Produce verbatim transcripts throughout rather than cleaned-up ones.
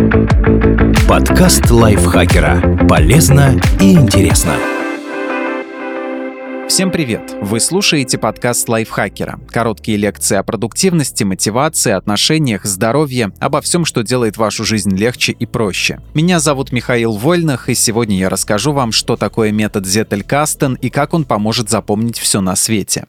Подкаст лайфхакера. Полезно и интересно. Всем привет! Вы слушаете подкаст лайфхакера. Короткие лекции о продуктивности, мотивации, отношениях, здоровье, обо всем, что делает вашу жизнь легче и проще. Меня зовут Михаил Вольных, и сегодня я расскажу вам, что такое метод Zettelkasten и как он поможет запомнить все на свете.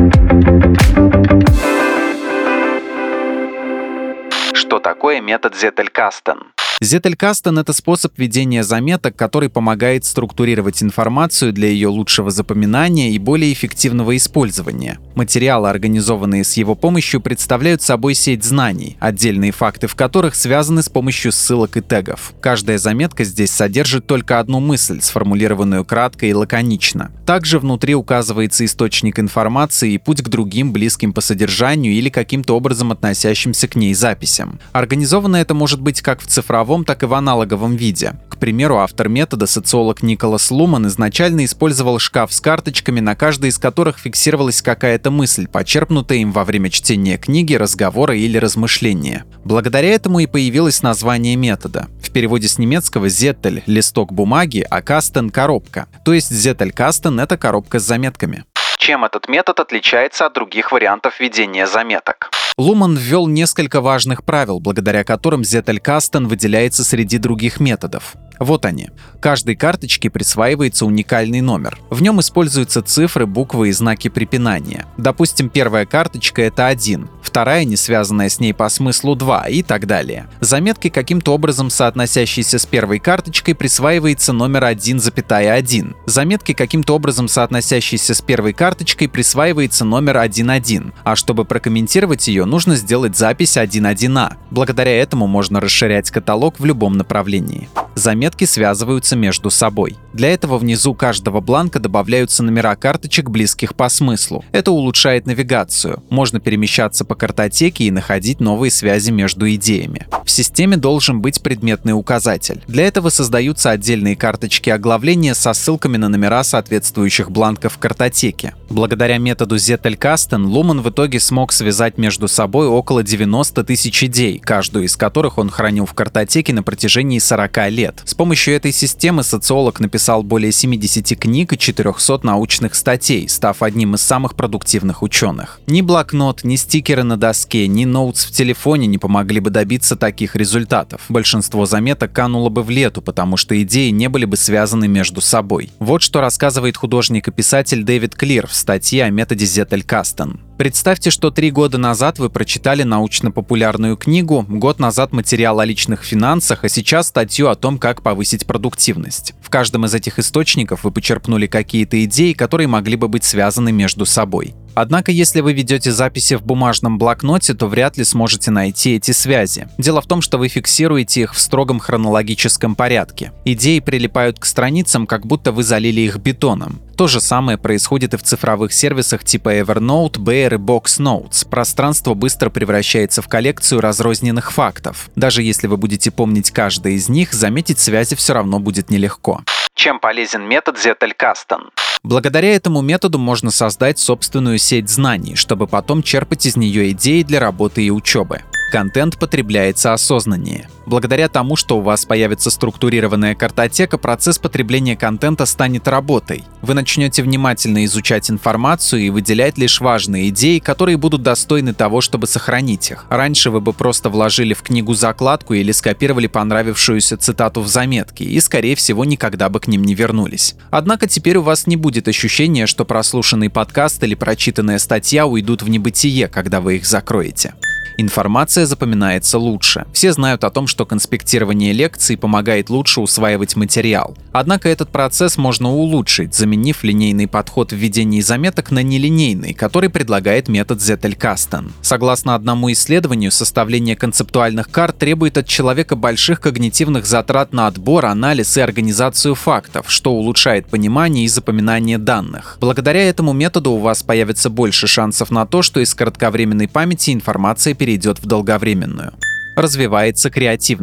Что такое метод Zettelkasten? Zettelkasten — это способ ведения заметок, который помогает структурировать информацию для ее лучшего запоминания и более эффективного использования. Материалы, организованные с его помощью, представляют собой сеть знаний, отдельные факты в которых связаны с помощью ссылок и тегов. Каждая заметка здесь содержит только одну мысль, сформулированную кратко и лаконично. Также внутри указывается источник информации и путь к другим, близким по содержанию или каким-то образом относящимся к ней записям. Организовано это может быть как в цифровом, так и в аналоговом виде. К примеру, автор метода, социолог Николас Луман, изначально использовал шкаф с карточками, на каждой из которых фиксировалась какая-то мысль, почерпнутая им во время чтения книги, разговора или размышления. Благодаря этому и появилось название метода. В переводе с немецкого «Zettel» — листок бумаги, а «Kasten» — коробка. То есть Zettelkasten — это коробка с заметками. Чем этот метод отличается от других вариантов ведения заметок? Луман ввел несколько важных правил, благодаря которым Zettelkasten выделяется среди других методов. Вот они. Каждой карточке присваивается уникальный номер. В нем используются цифры, буквы и знаки препинания. Допустим, первая карточка — это один, вторая, не связанная с ней по смыслу, два и так далее. Заметке, каким-то образом соотносящейся с первой карточкой, присваивается номер один, один. Заметке, каким-то образом соотносящейся с первой карточкой, присваивается номер один один. А чтобы прокомментировать ее, нужно сделать запись один один а. Благодаря этому можно расширять каталог в любом направлении. Заметки связываются между собой. Для этого внизу каждого бланка добавляются номера карточек, близких по смыслу. Это улучшает навигацию. Можно перемещаться по картотеке и находить новые связи между идеями. В системе должен быть предметный указатель. Для этого создаются отдельные карточки оглавления со ссылками на номера соответствующих бланков в картотеке. Благодаря методу Zettelkasten Луман в итоге смог связать между собой около девяноста тысяч идей, каждую из которых он хранил в картотеке на протяжении сорока лет. С помощью этой системы социолог написал более семидесяти книг и четырехсот научных статей, став одним из самых продуктивных ученых. Ни блокнот, ни стикеры на доске, ни ноутс в телефоне не помогли бы добиться таких результатов. Большинство заметок кануло бы в лету, потому что идеи не были бы связаны между собой. Вот что рассказывает художник и писатель Дэвид Клир в статье о методе Zettelkasten. Представьте, что три года назад вы прочитали научно-популярную книгу, год назад материал о личных финансах, а сейчас статью о том, как повысить продуктивность. В каждом из этих источников вы почерпнули какие-то идеи, которые могли бы быть связаны между собой. Однако, если вы ведете записи в бумажном блокноте, то вряд ли сможете найти эти связи. Дело в том, что вы фиксируете их в строгом хронологическом порядке. Идеи прилипают к страницам, как будто вы залили их бетоном. То же самое происходит и в цифровых сервисах типа Evernote, Bear и Box Notes. Пространство быстро превращается в коллекцию разрозненных фактов. Даже если вы будете помнить каждый из них, заметить связи все равно будет нелегко. Чем полезен метод Zettelkasten? Благодаря этому методу можно создать собственную сеть знаний, чтобы потом черпать из нее идеи для работы и учебы. Контент потребляется осознаннее. Благодаря тому, что у вас появится структурированная картотека, процесс потребления контента станет работой. Вы начнете внимательно изучать информацию и выделять лишь важные идеи, которые будут достойны того, чтобы сохранить их. Раньше вы бы просто вложили в книгу закладку или скопировали понравившуюся цитату в заметки и, скорее всего, никогда бы к ним не вернулись. Однако теперь у вас не будет ощущения, что прослушанный подкаст или прочитанная статья уйдут в небытие, когда вы их закроете. Информация запоминается лучше. Все знают о том, что конспектирование лекций помогает лучше усваивать материал. Однако этот процесс можно улучшить, заменив линейный подход в ведении заметок на нелинейный, который предлагает метод Zettelkasten. Согласно одному исследованию, составление концептуальных карт требует от человека больших когнитивных затрат на отбор, анализ и организацию фактов, что улучшает понимание и запоминание данных. Благодаря этому методу у вас появится больше шансов на то, что из кратковременной памяти информация перейдет в долговременную. Развивается креативность.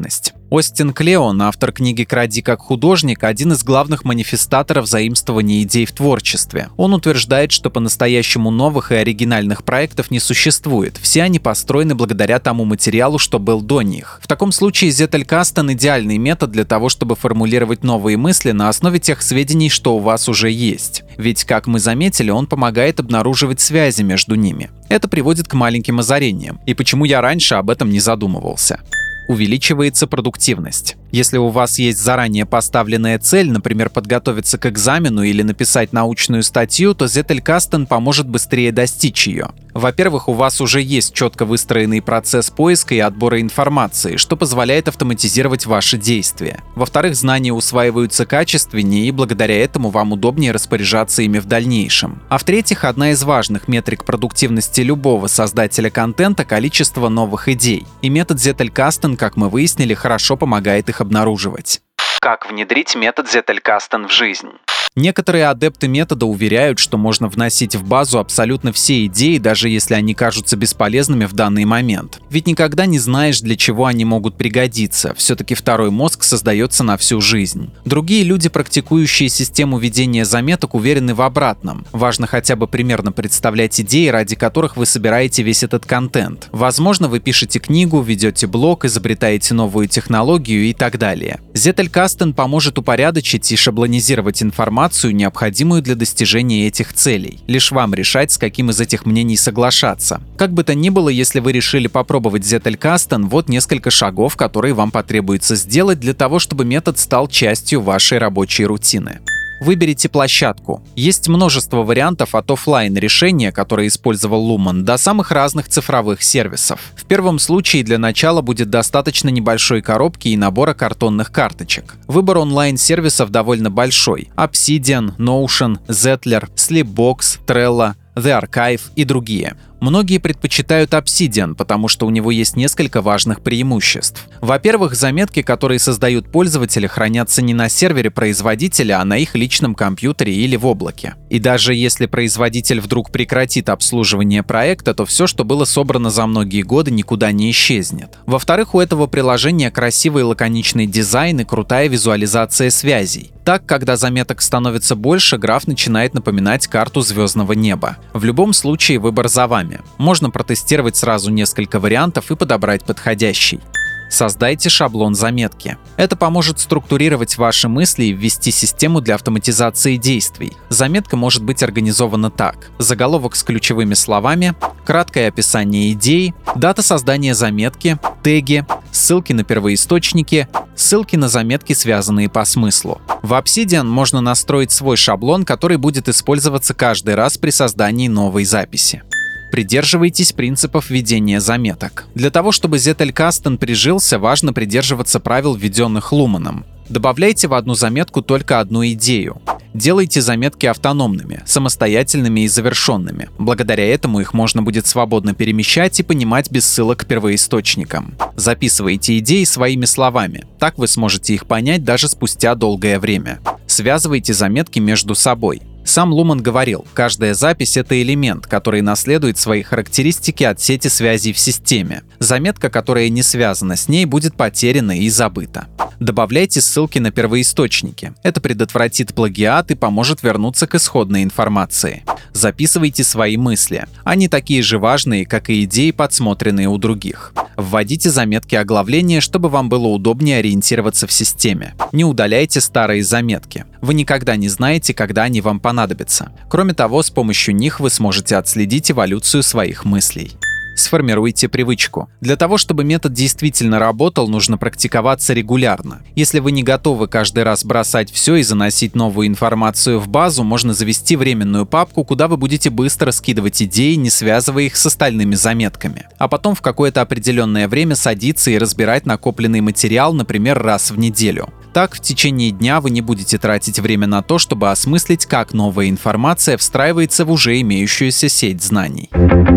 Остин Клеон, автор книги «Кради как художник», один из главных манифестаторов заимствования идей в творчестве. Он утверждает, что по-настоящему новых и оригинальных проектов не существует. Все они построены благодаря тому материалу, что был до них. В таком случае Zettelkasten — идеальный метод для того, чтобы формулировать новые мысли на основе тех сведений, что у вас уже есть. Ведь, как мы заметили, он помогает обнаруживать связи между ними. Это приводит к маленьким озарениям. И почему я раньше об этом не задумывался? Увеличивается продуктивность. Если у вас есть заранее поставленная цель, например, подготовиться к экзамену или написать научную статью, то Zettelkasten поможет быстрее достичь ее. Во-первых, у вас уже есть четко выстроенный процесс поиска и отбора информации, что позволяет автоматизировать ваши действия. Во-вторых, знания усваиваются качественнее, и благодаря этому вам удобнее распоряжаться ими в дальнейшем. А в-третьих, одна из важных метрик продуктивности любого создателя контента — количество новых идей. И метод Zettelkasten, как мы выяснили, хорошо помогает их обнаруживать. Как внедрить метод Zettelkasten в жизнь? Некоторые адепты метода уверяют, что можно вносить в базу абсолютно все идеи, даже если они кажутся бесполезными в данный момент. Ведь никогда не знаешь, для чего они могут пригодиться. Все-таки второй мозг создается на всю жизнь. Другие люди, практикующие систему ведения заметок, уверены в обратном. Важно хотя бы примерно представлять идеи, ради которых вы собираете весь этот контент. Возможно, вы пишете книгу, ведете блог, изобретаете новую технологию и так далее. Zettelkasten поможет упорядочить и шаблонизировать информацию, необходимую для достижения этих целей. Лишь вам решать, с каким из этих мнений соглашаться. Как бы то ни было, если вы решили попробовать Zettelkasten, вот несколько шагов, которые вам потребуется сделать для того, чтобы метод стал частью вашей рабочей рутины. Выберите площадку. Есть множество вариантов от офлайн решения, которое использовал Lumen, до самых разных цифровых сервисов. В первом случае для начала будет достаточно небольшой коробки и набора картонных карточек. Выбор онлайн-сервисов довольно большой: Obsidian, Notion, Zettler, Sleepbox, Trello, The Archive и другие. Многие предпочитают Obsidian, потому что у него есть несколько важных преимуществ. Во-первых, заметки, которые создают пользователи, хранятся не на сервере производителя, а на их личном компьютере или в облаке. И даже если производитель вдруг прекратит обслуживание проекта, то все, что было собрано за многие годы, никуда не исчезнет. Во-вторых, у этого приложения красивый лаконичный дизайн и крутая визуализация связей. Так, когда заметок становится больше, граф начинает напоминать карту звездного неба. В любом случае, выбор за вами. Можно протестировать сразу несколько вариантов и подобрать подходящий. Создайте шаблон заметки. Это поможет структурировать ваши мысли и ввести систему для автоматизации действий. Заметка может быть организована так: заголовок с ключевыми словами, краткое описание идеи, дата создания заметки, теги, ссылки на первоисточники, ссылки на заметки, связанные по смыслу. В Obsidian можно настроить свой шаблон, который будет использоваться каждый раз при создании новой записи. Придерживайтесь принципов ведения заметок. Для того, чтобы Zettelkasten прижился, важно придерживаться правил, введенных Lumen. Добавляйте в одну заметку только одну идею. Делайте заметки автономными, самостоятельными и завершенными. Благодаря этому их можно будет свободно перемещать и понимать без ссылок к первоисточникам. Записывайте идеи своими словами. Так вы сможете их понять даже спустя долгое время. Связывайте заметки между собой. Сам Lumen говорил, каждая запись — это элемент, который наследует свои характеристики от сети связей в системе. Заметка, которая не связана с ней, будет потеряна и забыта. Добавляйте ссылки на первоисточники. Это предотвратит плагиат и поможет вернуться к исходной информации. Записывайте свои мысли. Они такие же важные, как и идеи, подсмотренные у других. Вводите заметки оглавления, чтобы вам было удобнее ориентироваться в системе. Не удаляйте старые заметки. Вы никогда не знаете, когда они вам понадобятся. Кроме того, с помощью них вы сможете отследить эволюцию своих мыслей. Сформируйте привычку. Для того, чтобы метод действительно работал, нужно практиковаться регулярно. Если вы не готовы каждый раз бросать все и заносить новую информацию в базу, можно завести временную папку, куда вы будете быстро скидывать идеи, не связывая их с остальными заметками. А потом в какое-то определенное время садиться и разбирать накопленный материал, например, раз в неделю. Так, в течение дня вы не будете тратить время на то, чтобы осмыслить, как новая информация встраивается в уже имеющуюся сеть знаний.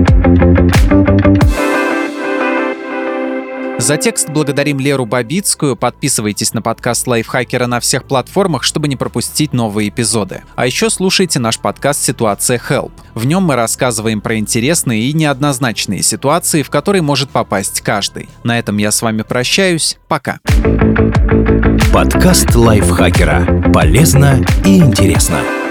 За текст благодарим Леру Бабицкую. Подписывайтесь на подкаст Лайфхакера на всех платформах, чтобы не пропустить новые эпизоды. А еще слушайте наш подкаст «Ситуация Help». В нем мы рассказываем про интересные и неоднозначные ситуации, в которые может попасть каждый. На этом я с вами прощаюсь. Пока. Подкаст лайфхакера. Полезно и интересно.